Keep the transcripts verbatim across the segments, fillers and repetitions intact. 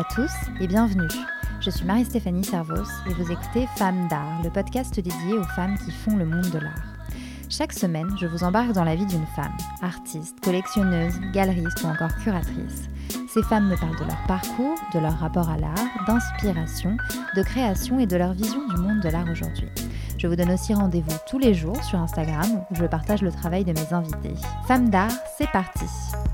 à tous et bienvenue. Je suis Marie-Stéphanie Servos et vous écoutez Femmes d'Art, le podcast dédié aux femmes qui font le monde de l'art. Chaque semaine, je vous embarque dans la vie d'une femme, artiste, collectionneuse, galeriste ou encore curatrice. Ces femmes me parlent de leur parcours, de leur rapport à l'art, d'inspiration, de création et de leur vision du monde de l'art aujourd'hui. Je vous donne aussi rendez-vous tous les jours sur Instagram où je partage le travail de mes invités. Femmes d'Art, c'est parti!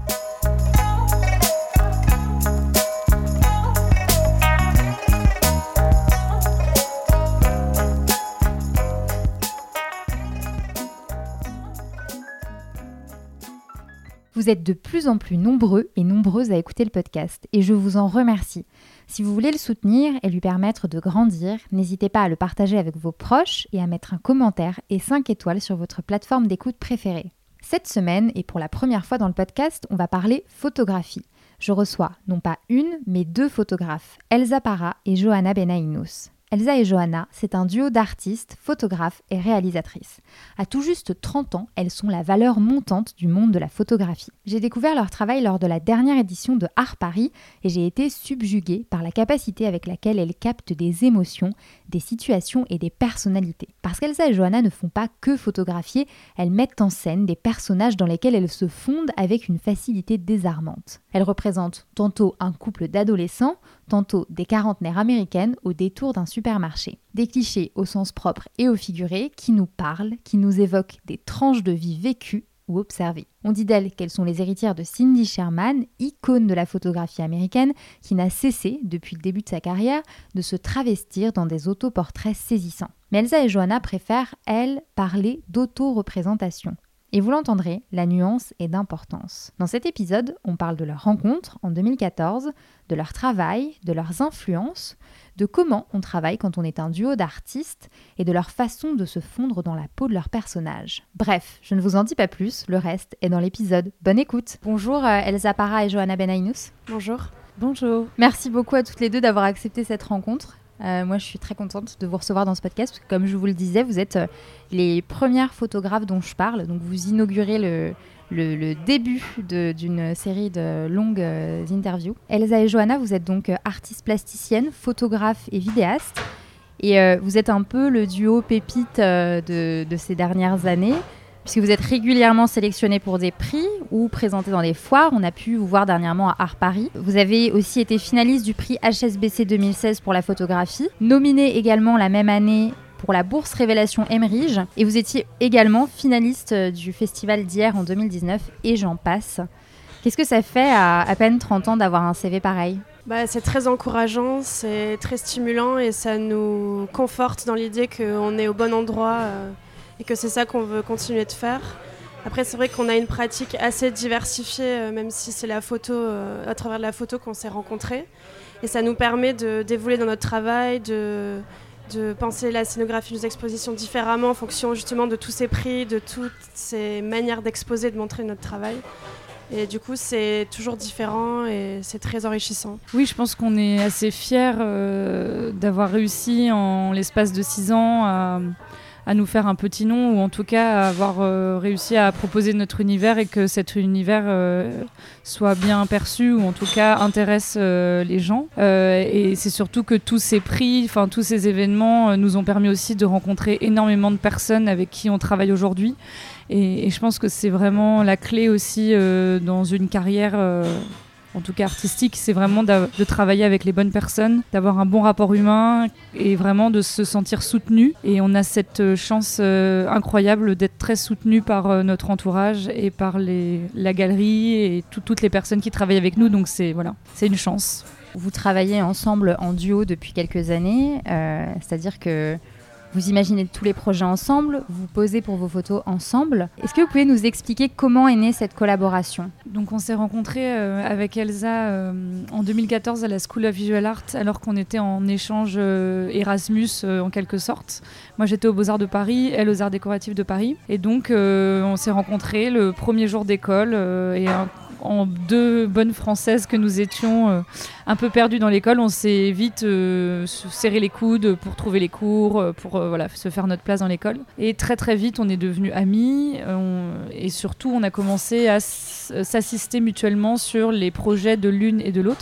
Vous êtes de plus en plus nombreux et nombreuses à écouter le podcast et je vous en remercie. Si vous voulez le soutenir et lui permettre de grandir, n'hésitez pas à le partager avec vos proches et à mettre un commentaire et cinq étoiles sur votre plateforme d'écoute préférée. Cette semaine, et pour la première fois dans le podcast, on va parler photographie. Je reçois non pas une, mais deux photographes, Elsa Parra et Johanna Benaïnous. Elsa et Johanna, c'est un duo d'artistes, photographes et réalisatrices. À tout juste trente ans, elles sont la valeur montante du monde de la photographie. J'ai découvert leur travail lors de la dernière édition de Art Paris et j'ai été subjuguée par la capacité avec laquelle elles captent des émotions, des situations et des personnalités. Parce qu'Elsa et Johanna ne font pas que photographier, elles mettent en scène des personnages dans lesquels elles se fondent avec une facilité désarmante. Elles représentent tantôt un couple d'adolescents, tantôt des quarantenaires américaines au détour d'un supermarché. Des clichés au sens propre et au figuré qui nous parlent, qui nous évoquent des tranches de vie vécues ou observées. On dit d'elles qu'elles sont les héritières de Cindy Sherman, icône de la photographie américaine, qui n'a cessé, depuis le début de sa carrière, de se travestir dans des autoportraits saisissants. Mais Elsa et Johanna préfèrent, elles, parler d'auto-représentation. Et vous l'entendrez, la nuance est d'importance. Dans cet épisode, on parle de leur rencontre en deux mille quatorze, de leur travail, de leurs influences, de comment on travaille quand on est un duo d'artistes et de leur façon de se fondre dans la peau de leurs personnages. Bref, je ne vous en dis pas plus, le reste est dans l'épisode. Bonne écoute. Bonjour euh, Elsa Parra et Johanna Benaïnous. Bonjour. Bonjour. Merci beaucoup à toutes les deux d'avoir accepté cette rencontre. Euh, moi, je suis très contente de vous recevoir dans ce podcast parce que, comme je vous le disais, vous êtes euh, les premières photographes dont je parle. Donc, vous inaugurez le, le, le début de, d'une série de longues euh, interviews. Elsa et Johanna, vous êtes donc euh, artistes plasticiennes, photographes et vidéastes. Et euh, vous êtes un peu le duo pépite euh, de, de ces dernières années, puisque vous êtes régulièrement sélectionnés pour des prix ou présentés dans des foires. On a pu vous voir dernièrement à Art Paris. Vous avez aussi été finaliste du prix H S B C deux mille seize pour la photographie, nominé également la même année pour la bourse Révélation Emerige, et vous étiez également finaliste du festival d'hier en deux mille dix-neuf, et j'en passe. Qu'est-ce que ça fait à à peine trente ans d'avoir un C V pareil ? Bah, c'est très encourageant, c'est très stimulant et ça nous conforte dans l'idée qu'on est au bon endroit euh, et que c'est ça qu'on veut continuer de faire. Après, c'est vrai qu'on a une pratique assez diversifiée, euh, même si c'est la photo, euh, à travers la photo qu'on s'est rencontrés. Et ça nous permet de, d'évoluer dans notre travail, de, de penser la scénographie des expositions différemment en fonction justement de tous ces prix, de toutes ces manières d'exposer, de montrer notre travail. Et du coup, c'est toujours différent et c'est très enrichissant. Oui, je pense qu'on est assez fiers euh, d'avoir réussi en l'espace de six ans à, à nous faire un petit nom, ou en tout cas à avoir euh, réussi à proposer notre univers et que cet univers euh, soit bien perçu, ou en tout cas intéresse euh, les gens. Euh, et c'est surtout que tous ces prix, enfin tous ces événements euh, nous ont permis aussi de rencontrer énormément de personnes avec qui on travaille aujourd'hui. Et, et je pense que c'est vraiment la clé aussi euh, dans une carrière, euh, en tout cas artistique, c'est vraiment de travailler avec les bonnes personnes, d'avoir un bon rapport humain et vraiment de se sentir soutenu. Et on a cette chance euh, incroyable d'être très soutenu par euh, notre entourage et par les, la galerie et tout, toutes les personnes qui travaillent avec nous. Donc c'est, voilà, c'est une chance. Vous travaillez ensemble en duo depuis quelques années, euh, c'est-à-dire que vous imaginez tous les projets ensemble, vous posez pour vos photos ensemble. Est-ce que vous pouvez nous expliquer comment est née cette collaboration ? Donc on s'est rencontrés euh, avec Elsa euh, en deux mille quatorze à la School of Visual Art, alors qu'on était en échange euh, Erasmus euh, en quelque sorte. Moi j'étais aux Beaux-Arts de Paris, elle aux Arts Décoratifs de Paris. Et donc euh, on s'est rencontrés le premier jour d'école euh, et un en deux bonnes Françaises que nous étions euh, un peu perdues dans l'école, on s'est vite euh, serré les coudes pour trouver les cours, pour euh, voilà, se faire notre place dans l'école. Et très très vite, on est devenus amis on, et surtout, on a commencé à s- s'assister mutuellement sur les projets de l'une et de l'autre.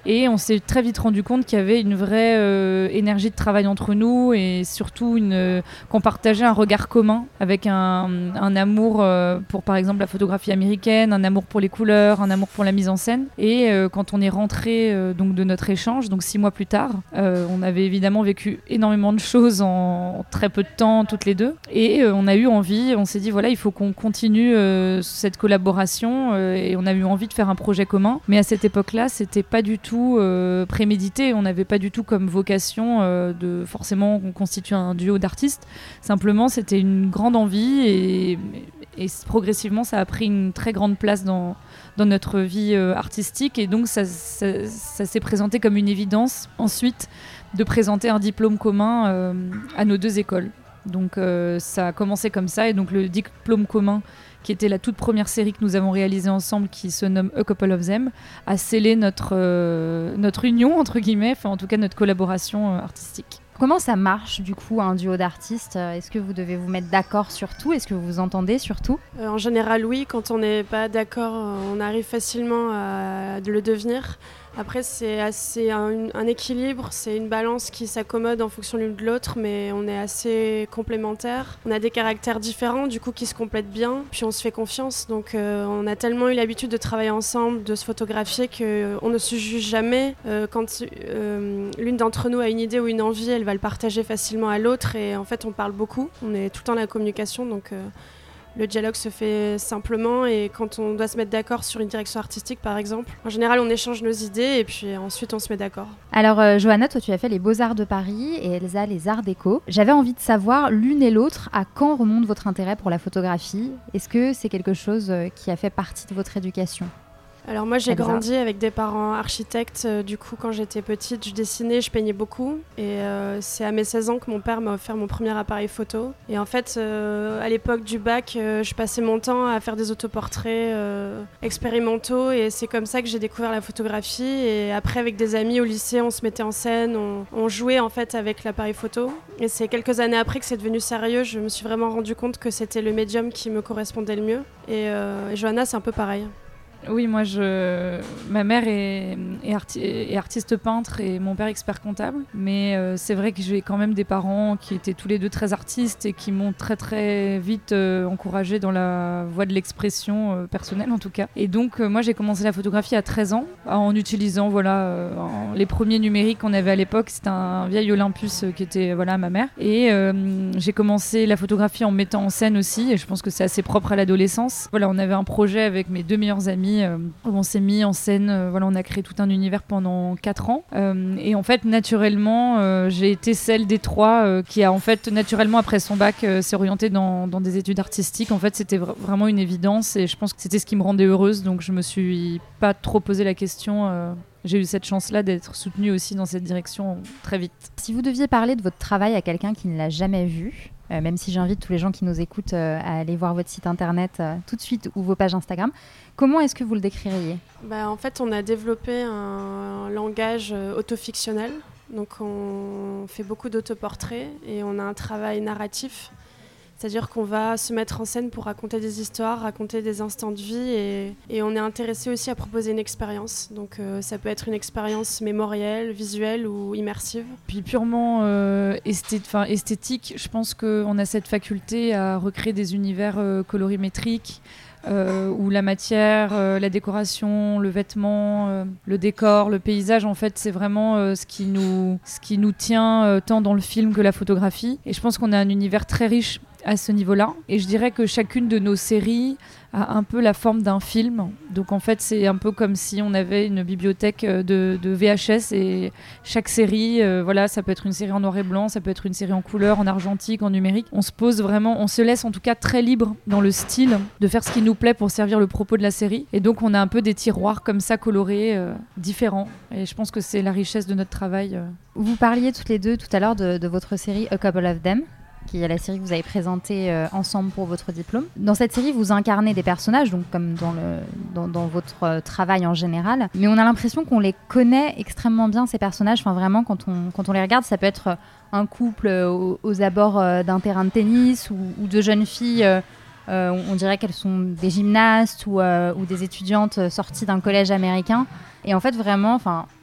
Et on s'est très vite rendu compte qu'il y avait une vraie euh, énergie de travail entre nous et surtout une, euh, qu'on partageait un regard commun avec un, un amour euh, pour par exemple la photographie américaine, un amour pour les couleurs, un amour pour la mise en scène. Et euh, quand on est rentré euh, donc de notre échange, donc six mois plus tard, euh, on avait évidemment vécu énormément de choses en très peu de temps toutes les deux. Et euh, on a eu envie, on s'est dit voilà, il faut qu'on continue euh, cette collaboration euh, et on a eu envie de faire un projet commun. Mais à cette époque-là, c'était pas du tout Euh, prémédité, on n'avait pas du tout comme vocation euh, de forcément constituer un duo d'artistes, simplement c'était une grande envie et, et progressivement ça a pris une très grande place dans, dans notre vie euh, artistique et donc ça, ça, ça s'est présenté comme une évidence ensuite de présenter un diplôme commun euh, à nos deux écoles. Donc euh, ça a commencé comme ça et donc le diplôme commun qui était la toute première série que nous avons réalisée ensemble, qui se nomme A Couple of Them, a scellé notre, euh, notre union, entre guillemets, enfin en tout cas notre collaboration euh, artistique. Comment ça marche du coup un duo d'artistes ? Est-ce que vous devez vous mettre d'accord sur tout ? Est-ce que vous vous entendez sur tout ? euh, En général, oui. Quand on n'est pas d'accord, on arrive facilement à le devenir. Après, c'est assez un, un équilibre, c'est une balance qui s'accommode en fonction l'une de l'autre, mais on est assez complémentaires. On a des caractères différents, du coup, qui se complètent bien, puis on se fait confiance. Donc, euh, on a tellement eu l'habitude de travailler ensemble, de se photographier, qu'on ne se juge jamais. Euh, quand euh, l'une d'entre nous a une idée ou une envie, elle va le partager facilement à l'autre, et en fait, on parle beaucoup. On est tout le temps dans la communication, donc... Euh, Le dialogue se fait simplement et quand on doit se mettre d'accord sur une direction artistique, par exemple, en général, on échange nos idées et puis ensuite, on se met d'accord. Alors, euh, Johanna, toi, tu as fait les Beaux-Arts de Paris et Elsa, les Arts Déco. J'avais envie de savoir, l'une et l'autre, à quand remonte votre intérêt pour la photographie ? Est-ce que c'est quelque chose qui a fait partie de votre éducation ? Alors moi j'ai Elsa. grandi avec des parents architectes, euh, du coup quand j'étais petite je dessinais, je peignais beaucoup et euh, c'est à mes seize ans que mon père m'a offert mon premier appareil photo et en fait euh, à l'époque du bac euh, je passais mon temps à faire des autoportraits euh, expérimentaux et c'est comme ça que j'ai découvert la photographie et après avec des amis au lycée on se mettait en scène, on, on jouait en fait avec l'appareil photo et c'est quelques années après que c'est devenu sérieux, je me suis vraiment rendu compte que c'était le médium qui me correspondait le mieux et, euh, et Johanna c'est un peu pareil. Oui, moi, je... ma mère est, est, arti... est artiste peintre et mon père expert comptable. Mais euh, c'est vrai que j'ai quand même des parents qui étaient tous les deux très artistes et qui m'ont très très vite euh, encouragée dans la voie de l'expression euh, personnelle en tout cas. Et donc, euh, moi, j'ai commencé la photographie à treize ans en utilisant voilà, euh, en... les premiers numériques qu'on avait à l'époque. C'était un vieil Olympus euh, qui était voilà, ma mère. Et euh, j'ai commencé la photographie en mettant en scène aussi. Et je pense que c'est assez propre à l'adolescence. Voilà, on avait un projet avec mes deux meilleurs amis euh, où on s'est mis en scène, euh, voilà, on a créé tout un univers pendant quatre ans euh, et en fait naturellement euh, j'ai été celle des trois euh, qui a en fait naturellement après son bac euh, s'est orientée dans, dans des études artistiques. En fait c'était vr- vraiment une évidence et je pense que c'était ce qui me rendait heureuse, donc je me suis pas trop posé la question. euh, J'ai eu cette chance-là d'être soutenue aussi dans cette direction très vite. Si vous deviez parler de votre travail à quelqu'un qui ne l'a jamais vu, euh, même si j'invite tous les gens qui nous écoutent euh, à aller voir votre site internet euh, tout de suite ou vos pages Instagram, comment est-ce que vous le décririez ? Bah, en fait, on a développé un langage euh, autofictionnel. Donc, on fait beaucoup d'autoportraits et on a un travail narratif. C'est-à-dire qu'on va se mettre en scène pour raconter des histoires, raconter des instants de vie et, et on est intéressé aussi à proposer une expérience. Donc euh, ça peut être une expérience mémorielle, visuelle ou immersive. Puis purement euh, esthé- esthétique, je pense qu'on a cette faculté à recréer des univers euh, colorimétriques euh, où la matière, euh, la décoration, le vêtement, euh, le décor, le paysage, en fait, c'est vraiment euh, ce qui nous, ce qui nous tient euh, tant dans le film que la photographie. Et je pense qu'on a un univers très riche à ce niveau-là. Et je dirais que chacune de nos séries a un peu la forme d'un film. Donc en fait, c'est un peu comme si on avait une bibliothèque de, de V H S et chaque série, euh, voilà, ça peut être une série en noir et blanc, ça peut être une série en couleur, en argentique, en numérique. On se pose vraiment, on se laisse en tout cas très libre dans le style de faire ce qui nous plaît pour servir le propos de la série. Et donc on a un peu des tiroirs comme ça colorés, euh, différents. Et je pense que c'est la richesse de notre travail. Euh. Vous parliez toutes les deux tout à l'heure de, de votre série A Couple of Them, qui est la série que vous avez présentée euh, ensemble pour votre diplôme. Dans cette série, vous incarnez des personnages, donc comme dans, le, dans, dans votre euh, travail en général, mais on a l'impression qu'on les connaît extrêmement bien, ces personnages. Enfin, vraiment, quand on, quand on les regarde, ça peut être un couple euh, aux, aux abords euh, d'un terrain de tennis ou, ou de jeunes filles, euh, euh, on, on dirait qu'elles sont des gymnastes ou, euh, ou des étudiantes sorties d'un collège américain. Et en fait, vraiment, enfin,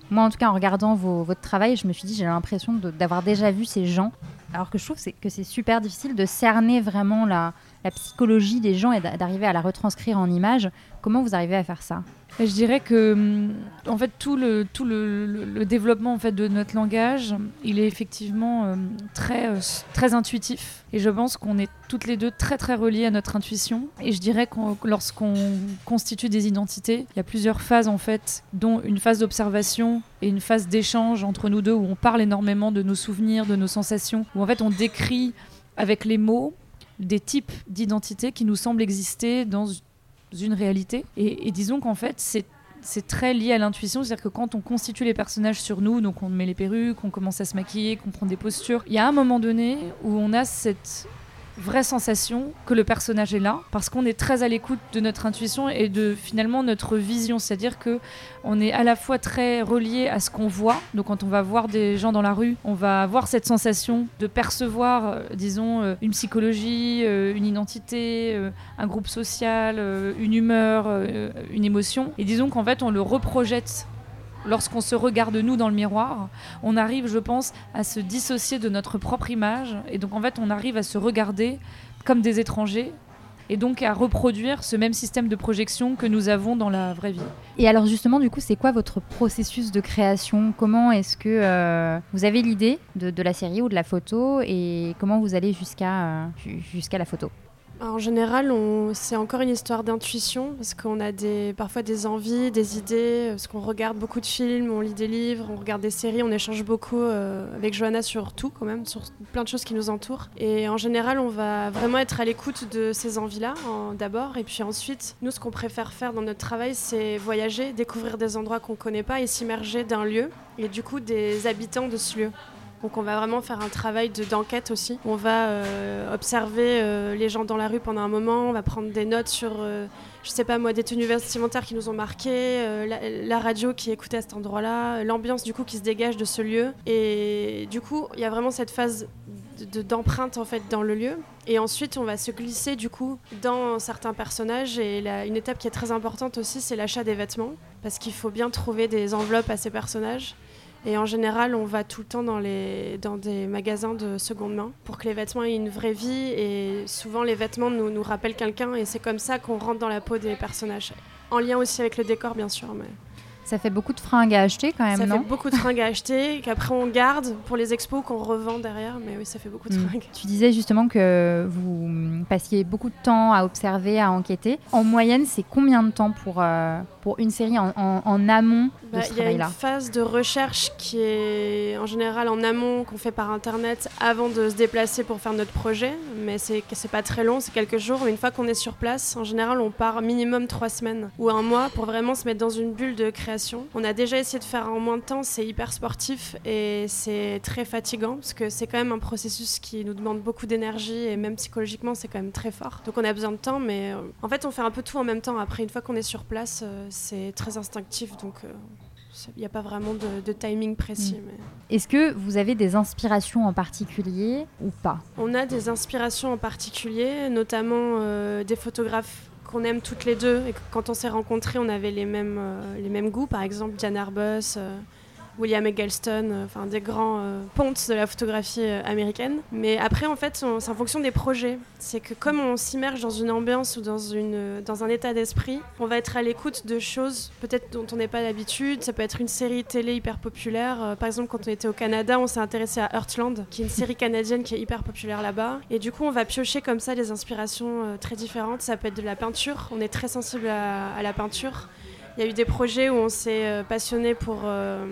Moi, en tout cas, en regardant vos, votre travail, je me suis dit, j'ai l'impression de, d'avoir déjà vu ces gens. Alors que je trouve que c'est, que c'est super difficile de cerner vraiment la, la psychologie des gens et d'arriver à la retranscrire en images. Comment vous arrivez à faire ça ? Je dirais que en fait, tout, le, tout le, le, le développement en fait, de notre langage, il est effectivement euh, très, euh, très intuitif. Et je pense qu'on est toutes les deux très très reliées à notre intuition. Et je dirais que lorsqu'on constitue des identités, il y a plusieurs phases en fait, dont une phase d'observation et une phase d'échange entre nous deux où on parle énormément de nos souvenirs, de nos sensations, où en fait on décrit avec les mots des types d'identités qui nous semblent exister dans une réalité. Et, et disons qu'en fait, c'est, c'est très lié à l'intuition. C'est-à-dire que quand on constitue les personnages sur nous, donc on met les perruques, on commence à se maquiller, qu'on prend des postures, il y a un moment donné où on a cette vraie sensation que le personnage est là, parce qu'on est très à l'écoute de notre intuition et de finalement notre vision. C'est-à-dire qu'on est à la fois très relié à ce qu'on voit. Donc quand on va voir des gens dans la rue, on va avoir cette sensation de percevoir, euh, disons, euh, une psychologie, euh, une identité, euh, un groupe social, euh, une humeur, euh, une émotion. Et disons qu'en fait, on le reprojette. Lorsqu'on se regarde nous dans le miroir, on arrive, je pense, à se dissocier de notre propre image. Et donc, en fait, on arrive à se regarder comme des étrangers et donc à reproduire ce même système de projection que nous avons dans la vraie vie. Et alors, justement, du coup, c'est quoi votre processus de création ? Comment est-ce que euh, vous avez l'idée de, de la série ou de la photo et comment vous allez jusqu'à, euh, jusqu'à la photo ? En général, on... c'est encore une histoire d'intuition parce qu'on a des... parfois des envies, des idées, parce qu'on regarde beaucoup de films, on lit des livres, on regarde des séries, on échange beaucoup euh, avec Johanna sur tout quand même, sur plein de choses qui nous entourent. Et en général, on va vraiment être à l'écoute de ces envies-là en... d'abord. Et puis ensuite, nous, ce qu'on préfère faire dans notre travail, c'est voyager, découvrir des endroits qu'on ne connaît pas et s'immerger d'un lieu et du coup des habitants de ce lieu. Donc on va vraiment faire un travail de, d'enquête aussi. On va euh, observer euh, les gens dans la rue pendant un moment, on va prendre des notes sur, euh, je sais pas moi, des tenues vestimentaires qui nous ont marquées, euh, la, la radio qui est écoutée à cet endroit-là, l'ambiance du coup qui se dégage de ce lieu. Et du coup, il y a vraiment cette phase de, de, d'empreinte en fait dans le lieu. Et ensuite, on va se glisser du coup dans certains personnages. Et la, une étape qui est très importante aussi, c'est l'achat des vêtements, parce qu'il faut bien trouver des enveloppes à ces personnages. Et en général, on va tout le temps dans, les, dans des magasins de seconde main pour que les vêtements aient une vraie vie. Et souvent, les vêtements nous, nous rappellent quelqu'un et c'est comme ça qu'on rentre dans la peau des personnages. En lien aussi avec le décor, bien sûr. Mais... Ça fait beaucoup de fringues à acheter quand même, ça non ? Ça fait beaucoup de fringues à acheter, qu'après on garde pour les expos, qu'on revend derrière. Mais oui, ça fait beaucoup de mmh. fringues. Tu disais justement que vous passiez beaucoup de temps à observer, à enquêter. En moyenne, c'est combien de temps pour, euh, pour une série en, en, en amont de bah, ce travail-là ? Il y a une phase de recherche qui est en général en amont, qu'on fait par Internet avant de se déplacer pour faire notre projet. Mais c'est, c'est pas très long, c'est quelques jours. Mais une fois qu'on est sur place, en général, on part minimum trois semaines ou un mois pour vraiment se mettre dans une bulle de création. On a déjà essayé de faire en moins de temps, c'est hyper sportif et c'est très fatigant parce que c'est quand même un processus qui nous demande beaucoup d'énergie et même psychologiquement c'est quand même très fort. Donc on a besoin de temps, mais euh, en fait on fait un peu tout en même temps. Après une fois qu'on est sur place, euh, c'est très instinctif, donc il euh, n'y a pas vraiment de, de timing précis. Mmh. Mais... Est-ce que vous avez des inspirations en particulier ou pas ? On a des inspirations en particulier, notamment euh, des photographes qu'on aime toutes les deux et que quand on s'est rencontrés on avait les mêmes, euh, les mêmes goûts, par exemple Diane Arbus, euh, William Eggleston, enfin euh, des grands euh, pontes de la photographie euh, américaine. Mais après en fait on, c'est en fonction des projets, c'est que comme on s'immerge dans une ambiance ou dans, une, dans un état d'esprit, on va être à l'écoute de choses peut-être dont on n'est pas d'habitude. Ça peut être une série télé hyper populaire, euh, par exemple quand on était au Canada on s'est intéressé à Heartland qui est une série canadienne qui est hyper populaire là-bas et du coup on va piocher comme ça des inspirations euh, très différentes. Ça peut être de la peinture, on est très sensible à, à la peinture. Il y a eu des projets où on s'est euh, passionné pour euh,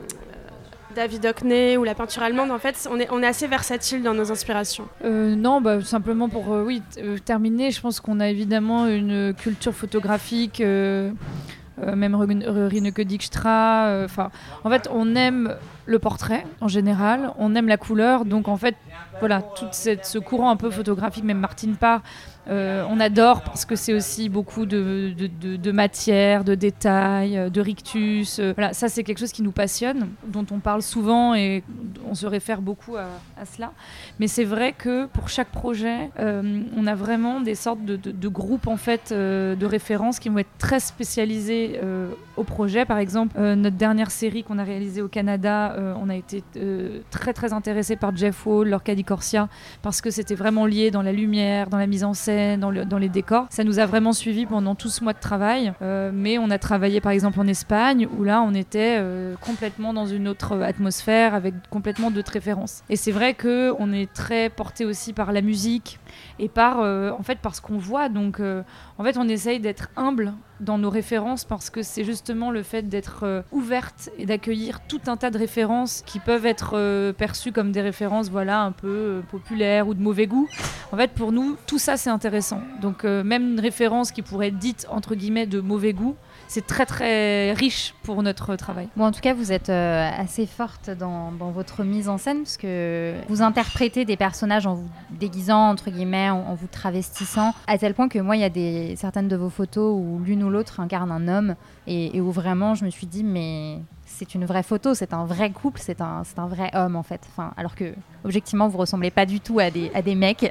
David Hockney ou la peinture allemande. En fait, on est, on est assez versatile dans nos inspirations. Euh, non, bah, simplement pour euh, oui, t- euh, terminer, je pense qu'on a évidemment une culture photographique, euh, euh, même Rineke Dijkstra. Enfin, en fait, on aime le portrait en général, on aime la couleur, donc en fait, voilà, tout cette, ce courant un peu photographique, même Martine Parr, euh, on adore parce que c'est aussi beaucoup de, de, de, de matière, de détails, de rictus. Euh, voilà, ça c'est quelque chose qui nous passionne, dont on parle souvent et on se réfère beaucoup à, à cela. Mais c'est vrai que pour chaque projet, euh, on a vraiment des sortes de, de, de groupes en fait, euh, de références qui vont être très spécialisés euh, au projet. Par exemple, euh, notre dernière série qu'on a réalisée au Canada, euh, on a été euh, très très intéressé par Jeff Wall, Lorca di Corsia, parce que c'était vraiment lié dans la lumière, dans la mise en scène, Dans, le, dans les décors. Ça nous a vraiment suivis pendant tout ce mois de travail, euh, mais on a travaillé par exemple en Espagne où là on était euh, complètement dans une autre atmosphère avec complètement d'autres références. Et c'est vrai qu'on est très porté aussi par la musique et par, euh, en fait, par ce qu'on voit. Donc euh, en fait on essaye d'être humble dans nos références parce que c'est justement le fait d'être euh, ouverte et d'accueillir tout un tas de références qui peuvent être euh, perçues comme des références voilà, un peu euh, populaires ou de mauvais goût. En fait pour nous tout ça c'est intéressant. Donc euh, même une référence qui pourrait être dite entre guillemets de mauvais goût, c'est très très riche pour notre travail. Bon, en tout cas, vous êtes euh, assez forte dans, dans votre mise en scène parce que vous interprétez des personnages en vous déguisant, entre guillemets, en, en vous travestissant, à tel point que moi, il y a des, certaines de vos photos où l'une ou l'autre incarne un homme et, et où vraiment, je me suis dit, mais c'est une vraie photo, c'est un vrai couple, c'est un, c'est un vrai homme en fait. Enfin, alors que, objectivement, vous ressemblez pas du tout à des, à des mecs.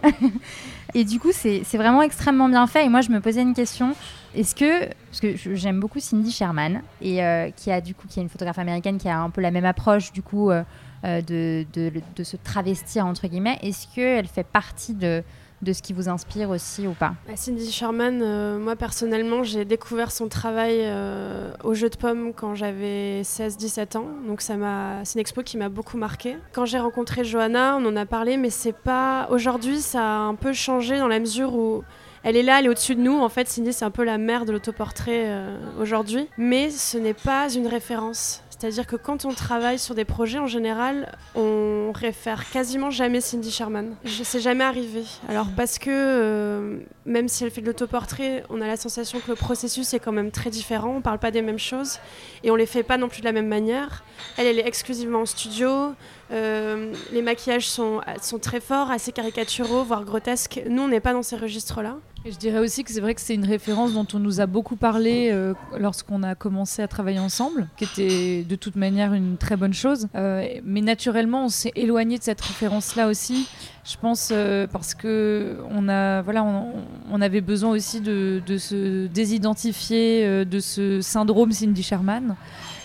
Et du coup, c'est, c'est vraiment extrêmement bien fait. Et moi, je me posais une question. Est-ce que, parce que j'aime beaucoup Cindy Sherman, et euh, qui a du coup, qui est une photographe américaine qui a un peu la même approche du coup euh, de, de, de se travestir entre guillemets. Est-ce qu'elle fait partie de, de ce qui vous inspire aussi ou pas? Cindy Sherman, euh, moi personnellement, j'ai découvert son travail euh, au Jeu de Pommes quand j'avais seize dix-sept ans. Donc ça m'a, c'est une expo qui m'a beaucoup marquée. Quand j'ai rencontré Johanna, on en a parlé, mais c'est pas. Aujourd'hui, ça a un peu changé dans la mesure où elle est là, elle est au-dessus de nous. En fait, Cindy, c'est un peu la mère de l'autoportrait euh, aujourd'hui. Mais ce n'est pas une référence. C'est-à-dire que quand on travaille sur des projets, en général, on réfère quasiment jamais Cindy Sherman. Je sais jamais arrivé. Alors parce que euh, même si elle fait de l'autoportrait, on a la sensation que le processus est quand même très différent. On parle pas des mêmes choses et on les fait pas non plus de la même manière. Elle, elle est exclusivement en studio. Euh, les maquillages sont, sont très forts, assez caricaturaux, voire grotesques. Nous, on n'est pas dans ces registres-là. Et je dirais aussi que c'est vrai que c'est une référence dont on nous a beaucoup parlé euh, lorsqu'on a commencé à travailler ensemble, qui était de toute manière une très bonne chose. Euh, mais naturellement, on s'est éloigné de cette référence-là aussi. Je pense euh, parce que on a, voilà, on, on avait besoin aussi de, de se désidentifier euh, de ce syndrome Cindy Sherman.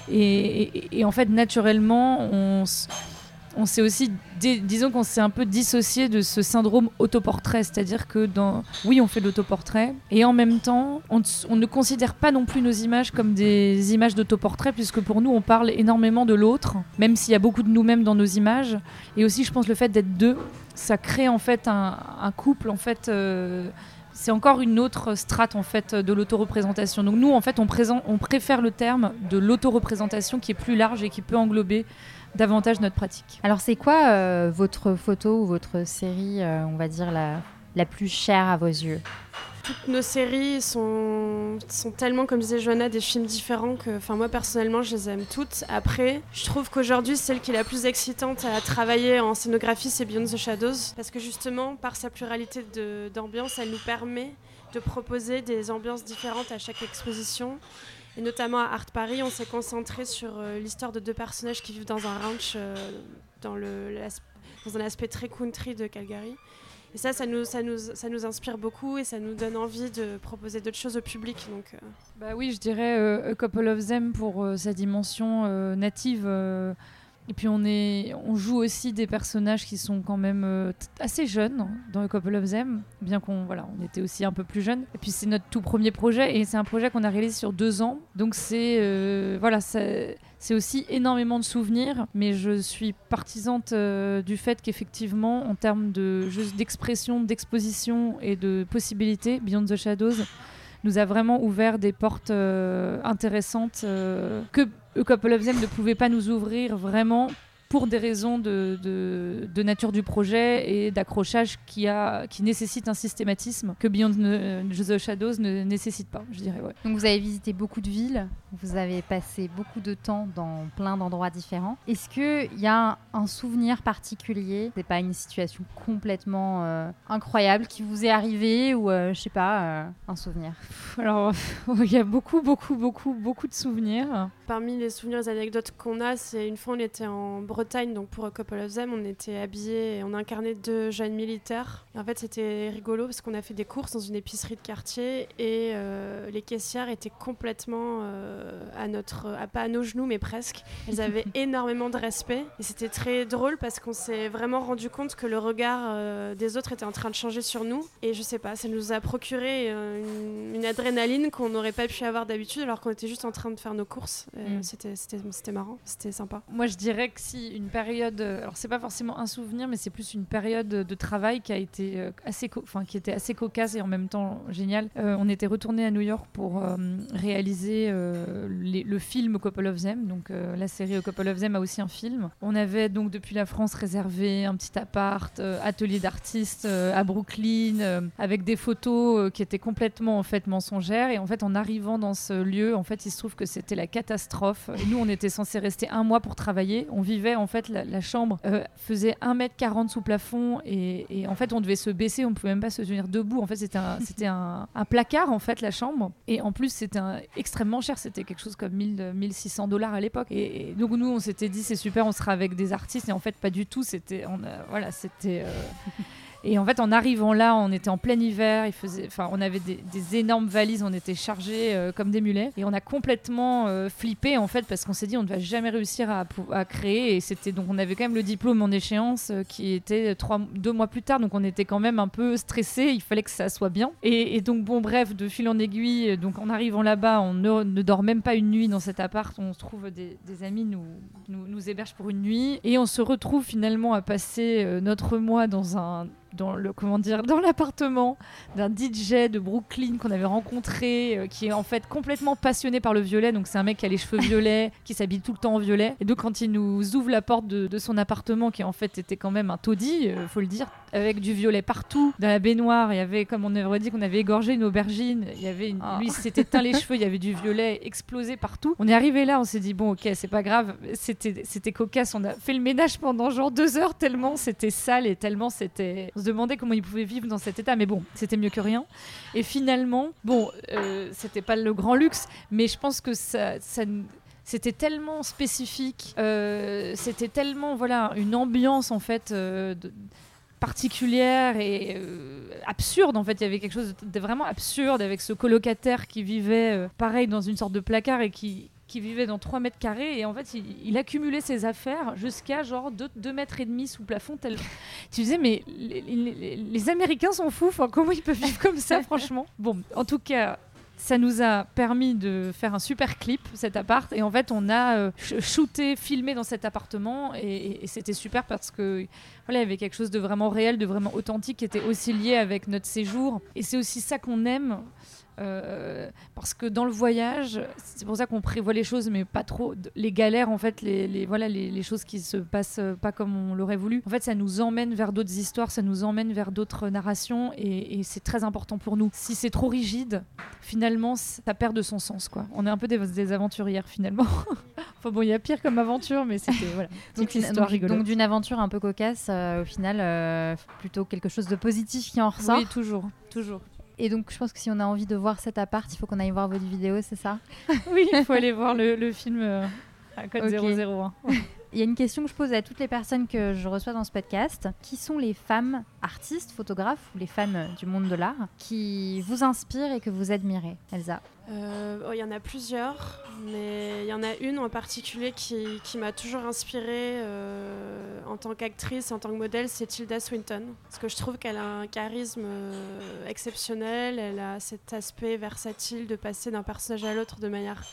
Et, et, et en fait, naturellement, on s- on s'est aussi, dé- disons qu'on s'est un peu dissocié de ce syndrome autoportrait, c'est-à-dire que dans, oui, on fait de l'autoportrait et en même temps, on, on ne considère pas non plus nos images comme des images d'autoportrait, puisque pour nous, on parle énormément de l'autre, même s'il y a beaucoup de nous-mêmes dans nos images. Et aussi, je pense, le fait d'être deux, ça crée en fait un, un couple, en fait. Euh, c'est encore une autre strate en fait de l'autoreprésentation. Donc nous, en fait, on, présente, on préfère le terme de l'autoreprésentation qui est plus large et qui peut englober davantage notre pratique. Alors c'est quoi euh, votre photo ou votre série, euh, on va dire, la, la plus chère à vos yeux? Toutes nos séries sont, sont tellement, comme disait Johanna, des films différents que moi personnellement je les aime toutes. Après, je trouve qu'aujourd'hui celle qui est la plus excitante à travailler en scénographie, c'est Beyond the Shadows, parce que justement par sa pluralité de, d'ambiance, elle nous permet de proposer des ambiances différentes à chaque exposition. Et notamment à Art Paris, on s'est concentré sur euh, l'histoire de deux personnages qui vivent dans un ranch euh, dans, le, dans un aspect très country de Calgary. Et ça, ça nous, ça, nous, ça nous inspire beaucoup et ça nous donne envie de proposer d'autres choses au public. Donc, euh... bah oui, je dirais euh, A Couple of Them pour euh, sa dimension euh, native. Euh, et puis on, est, on joue aussi des personnages qui sont quand même euh, t- assez jeunes dans A Couple of Them, bien qu'on voilà, on était aussi un peu plus jeunes. Et puis c'est notre tout premier projet et c'est un projet qu'on a réalisé sur deux ans. Donc c'est, euh, voilà, c'est, c'est aussi énormément de souvenirs, mais je suis partisante euh, du fait qu'effectivement, en termes de, juste d'expression, d'exposition et de possibilités, Beyond the Shadows nous a vraiment ouvert des portes euh, intéressantes euh, que A Couple of Them ne pouvait pas nous ouvrir vraiment pour des raisons de, de, de nature du projet et d'accrochage qui, a, qui nécessite un systématisme que Beyond the Shadows ne nécessite pas, je dirais. Ouais. Donc vous avez visité beaucoup de villes, vous avez passé beaucoup de temps dans plein d'endroits différents. Est-ce qu'il y a un, un souvenir particulier, c'est pas une situation complètement euh, incroyable qui vous est arrivée ou euh, je sais pas, euh, un souvenir? Alors il y a beaucoup, beaucoup, beaucoup, beaucoup de souvenirs. Parmi les souvenirs, les anecdotes qu'on a, c'est une fois on était en Bretagne, donc pour A Couple of Them, on était habillés et on incarnait deux jeunes militaires. Et en fait, c'était rigolo parce qu'on a fait des courses dans une épicerie de quartier et euh, les caissières étaient complètement euh, à notre, à, pas à nos genoux, mais presque. Elles avaient énormément de respect et c'était très drôle parce qu'on s'est vraiment rendu compte que le regard euh, des autres était en train de changer sur nous. Et je sais pas, ça nous a procuré euh, une, une adrénaline qu'on n'aurait pas pu avoir d'habitude alors qu'on était juste en train de faire nos courses. Mm. C'était, c'était, c'était marrant, c'était sympa. Moi, je dirais que si une période, alors c'est pas forcément un souvenir, mais c'est plus une période de travail qui a été euh, assez, co- enfin qui était assez cocasse et en même temps géniale. Euh, on était retourné à New York pour euh, réaliser euh, les, le film Couple of Them, donc euh, la série Couple of Them a aussi un film. On avait donc depuis la France réservé un petit appart, euh, atelier d'artistes euh, à Brooklyn, euh, avec des photos euh, qui étaient complètement en fait mensongères. Et en fait, en arrivant dans ce lieu, en fait, il se trouve que c'était la catastrophe. Et nous, on était censés rester un mois pour travailler. On vivait, en fait, la, la chambre euh, faisait un mètre quarante sous plafond et, et en fait, on devait se baisser, on pouvait même pas se tenir debout. En fait, c'était un, c'était un, un placard, en fait, la chambre. Et en plus, c'était un, extrêmement cher. C'était quelque chose comme mille, mille six cents dollars à l'époque. Et, et donc, nous, on s'était dit, c'est super, on sera avec des artistes. Et en fait, pas du tout. C'était, on a, voilà, c'était... Euh... Et en fait, en arrivant là, on était en plein hiver, il faisait, enfin, on avait des, des énormes valises, on était chargés euh, comme des mulets, et on a complètement euh, flippé en fait parce qu'on s'est dit on ne va jamais réussir à, à créer. Et c'était donc on avait quand même le diplôme en échéance euh, qui était trois, deux mois plus tard, donc on était quand même un peu stressés. Il fallait que ça soit bien. Et, et donc bon, bref, de fil en aiguille, donc en arrivant là-bas, on ne, ne dort même pas une nuit dans cet appart. On se trouve des, des amis nous, nous nous hébergent pour une nuit, et on se retrouve finalement à passer euh, notre mois dans un dans le comment dire dans l'appartement d'un D J de Brooklyn qu'on avait rencontré euh, qui est en fait complètement passionné par le violet. Donc c'est un mec qui a les cheveux violets, qui s'habille tout le temps en violet, et donc quand il nous ouvre la porte de, de son appartement, qui en fait était quand même un taudis, euh, faut le dire, avec du violet partout dans la baignoire, il y avait, comme on aurait dit qu'on avait égorgé une aubergine, il y avait une... oh. Lui s'était teint les cheveux, il y avait du violet explosé partout. On est arrivé là, on s'est dit bon ok, c'est pas grave, c'était, c'était cocasse, on a fait le ménage pendant genre deux heures tellement c'était sale et tellement c'était... On se demandait comment ils pouvaient vivre dans cet état, mais bon, c'était mieux que rien. Et finalement, bon, euh, c'était pas le grand luxe, mais je pense que ça, ça c'était tellement spécifique, euh, c'était tellement, voilà, une ambiance en fait euh, de, particulière et euh, absurde. En fait, il y avait quelque chose de vraiment absurde avec ce colocataire qui vivait euh, pareil dans une sorte de placard et qui qui vivait dans trois mètres carrés, et en fait il, il accumulait ses affaires jusqu'à genre deux mètres et demi sous plafond. Tel... Tu disais mais les, les, les Américains sont fous, enfin, comment ils peuvent vivre comme ça franchement. Bon, en tout cas ça nous a permis de faire un super clip, cet appart, et en fait on a euh, shooté, filmé dans cet appartement, et, et, et c'était super parce que voilà, il y avait quelque chose de vraiment réel, de vraiment authentique qui était aussi lié avec notre séjour, et c'est aussi ça qu'on aime. Euh, parce que dans le voyage, c'est pour ça qu'on prévoit les choses, mais pas trop. Les galères, en fait, les, les, voilà, les, les choses qui se passent pas comme on l'aurait voulu, en fait, ça nous emmène vers d'autres histoires, ça nous emmène vers d'autres narrations, et, et c'est très important pour nous. Si c'est trop rigide, finalement, ça perd de son sens, quoi. On est un peu des, des aventurières, finalement. Enfin bon, il y a pire comme aventure, mais c'était voilà, donc, une histoire rigolote. Donc d'une aventure un peu cocasse, euh, au final, euh, plutôt quelque chose de positif qui en ressort. Oui, toujours, toujours. Et donc, je pense que si on a envie de voir cet appart, il faut qu'on aille voir votre vidéo, c'est ça? Oui, il faut aller voir le, le film euh, à code okay. zéro zéro un. Il y a une question que je pose à toutes les personnes que je reçois dans ce podcast. Qui sont les femmes artistes, photographes ou les femmes du monde de l'art qui vous inspirent et que vous admirez, Elsa? Euh, oh, y en a plusieurs, mais il y en a une en particulier qui, qui m'a toujours inspirée euh, en tant qu'actrice, en tant que modèle, c'est Tilda Swinton. Parce que je trouve qu'elle a un charisme euh, exceptionnel, elle a cet aspect versatile de passer d'un personnage à l'autre de manière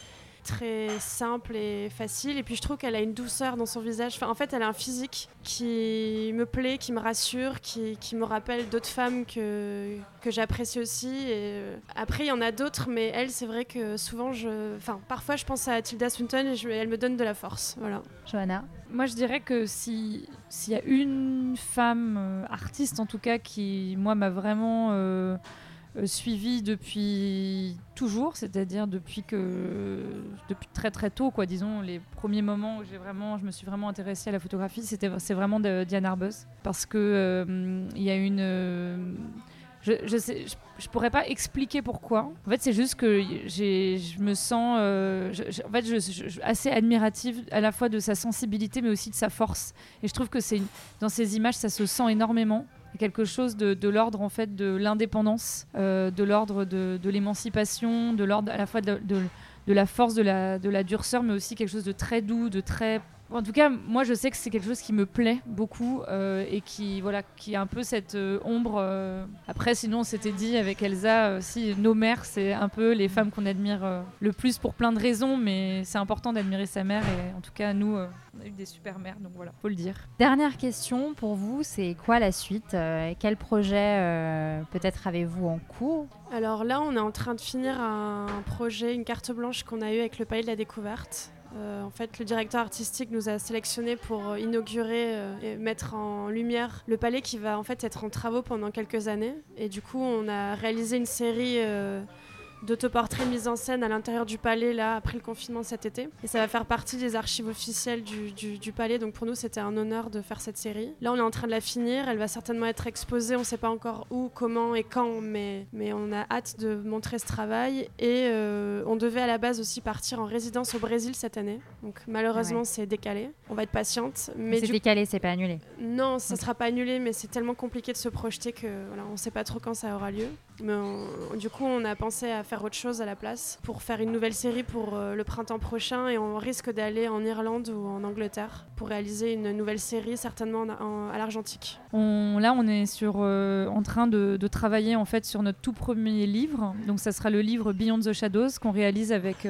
très simple et facile. Et puis je trouve qu'elle a une douceur dans son visage. Enfin, en fait, elle a un physique qui me plaît, qui me rassure, qui, qui me rappelle d'autres femmes que, que j'apprécie aussi. Et euh, après, il y en a d'autres, mais elle, c'est vrai que souvent, je... enfin, parfois, je pense à Tilda Swinton et je... elle me donne de la force. Voilà. Johanna? Moi, je dirais que si, s'il y a une femme euh, artiste, en tout cas, qui, moi, m'a vraiment euh, euh, suivie depuis toujours, c'est-à-dire depuis que depuis très très tôt, quoi, disons, les premiers moments où j'ai vraiment, je me suis vraiment intéressée à la photographie, c'était, c'est vraiment de Diane Arbus, parce que euh, il y a une... Euh, Je, je, sais, je, je pourrais pas expliquer pourquoi. En fait, c'est juste que j'ai, je me sens euh, je, je, en fait, je, je, je, assez admirative à la fois de sa sensibilité, mais aussi de sa force. Et je trouve que c'est, dans ces images, ça se sent énormément. Il y a quelque chose de, de l'ordre en fait, de l'indépendance, euh, de l'ordre de, de l'émancipation, de l'ordre à la fois de, de, de la force, de la, de la durceur, mais aussi quelque chose de très doux, de très... En tout cas, moi, je sais que c'est quelque chose qui me plaît beaucoup euh, et qui, voilà, qui a un peu cette euh, ombre. Euh... Après, sinon, on s'était dit avec Elsa, euh, si nos mères, c'est un peu les femmes qu'on admire euh, le plus pour plein de raisons, mais c'est important d'admirer sa mère. Et en tout cas, nous, euh, on a eu des super mères, donc voilà, faut le dire. Dernière question pour vous, c'est quoi la suite euh, Quel projet euh, peut-être avez-vous en cours? Alors là, on est en train de finir un projet, une carte blanche qu'on a eue avec le Palais de la Découverte. Euh, en fait, le directeur artistique nous a sélectionnés pour euh, inaugurer euh, et mettre en lumière le palais qui va en fait être en travaux pendant quelques années. Et du coup, on a réalisé une série euh, d'autoportraits mis en scène à l'intérieur du palais là après le confinement cet été. Et ça va faire partie des archives officielles du, du, du palais. Donc pour nous, c'était un honneur de faire cette série. Là, on est en train de la finir. Elle va certainement être exposée. On ne sait pas encore où, comment et quand, mais, mais on a hâte de montrer ce travail. Et euh, on devait à la base aussi partir en résidence au Brésil cette année. Donc malheureusement, ah ouais. c'est décalé. On va être patiente. Mais c'est du... décalé, c'est pas annulé? Non, ça ne sera pas annulé, mais c'est tellement compliqué de se projeter que voilà, on ne sait pas trop quand ça aura lieu. Mais on, du coup, on a pensé à faire autre chose à la place pour faire une nouvelle série pour euh, le printemps prochain et on risque d'aller en Irlande ou en Angleterre pour réaliser une nouvelle série, certainement en, en, à l'Argentique. On, là, on est sur, euh, en train de, de travailler en fait sur notre tout premier livre. Donc, ça sera le livre Beyond the Shadows qu'on réalise avec... Euh,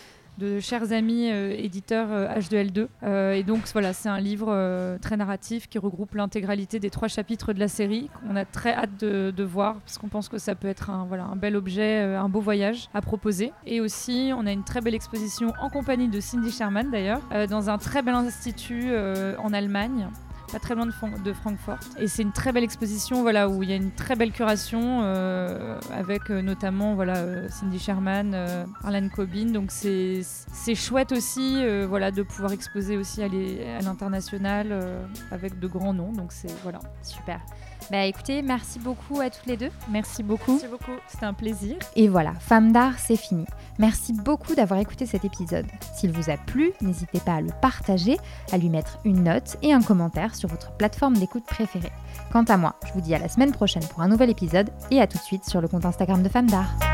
de chers amis euh, éditeurs euh, H deux L deux. Euh, et donc voilà, c'est un livre euh, très narratif qui regroupe l'intégralité des trois chapitres de la série. On a très hâte de, de voir parce qu'on pense que ça peut être un, voilà, un bel objet, euh, un beau voyage à proposer. Et aussi, on a une très belle exposition en compagnie de Cindy Sherman d'ailleurs, euh, dans un très bel institut euh, en Allemagne. Pas très loin de, Fran- de Francfort. Et c'est une très belle exposition voilà, où il y a une très belle curation euh, avec euh, notamment voilà, euh, Cindy Sherman, euh, Harlan Coben. Donc c'est, c'est chouette aussi euh, voilà, de pouvoir exposer aussi à, les, à l'international euh, avec de grands noms. Donc c'est voilà. Super. Bah écoutez, merci beaucoup à toutes les deux. Merci beaucoup. Merci beaucoup. C'était un plaisir. Et voilà, Femmes d'art, c'est fini. Merci beaucoup d'avoir écouté cet épisode. S'il vous a plu, n'hésitez pas à le partager, à lui mettre une note et un commentaire sur votre plateforme d'écoute préférée. Quant à moi, je vous dis à la semaine prochaine pour un nouvel épisode et à tout de suite sur le compte Instagram de Femmes d'art.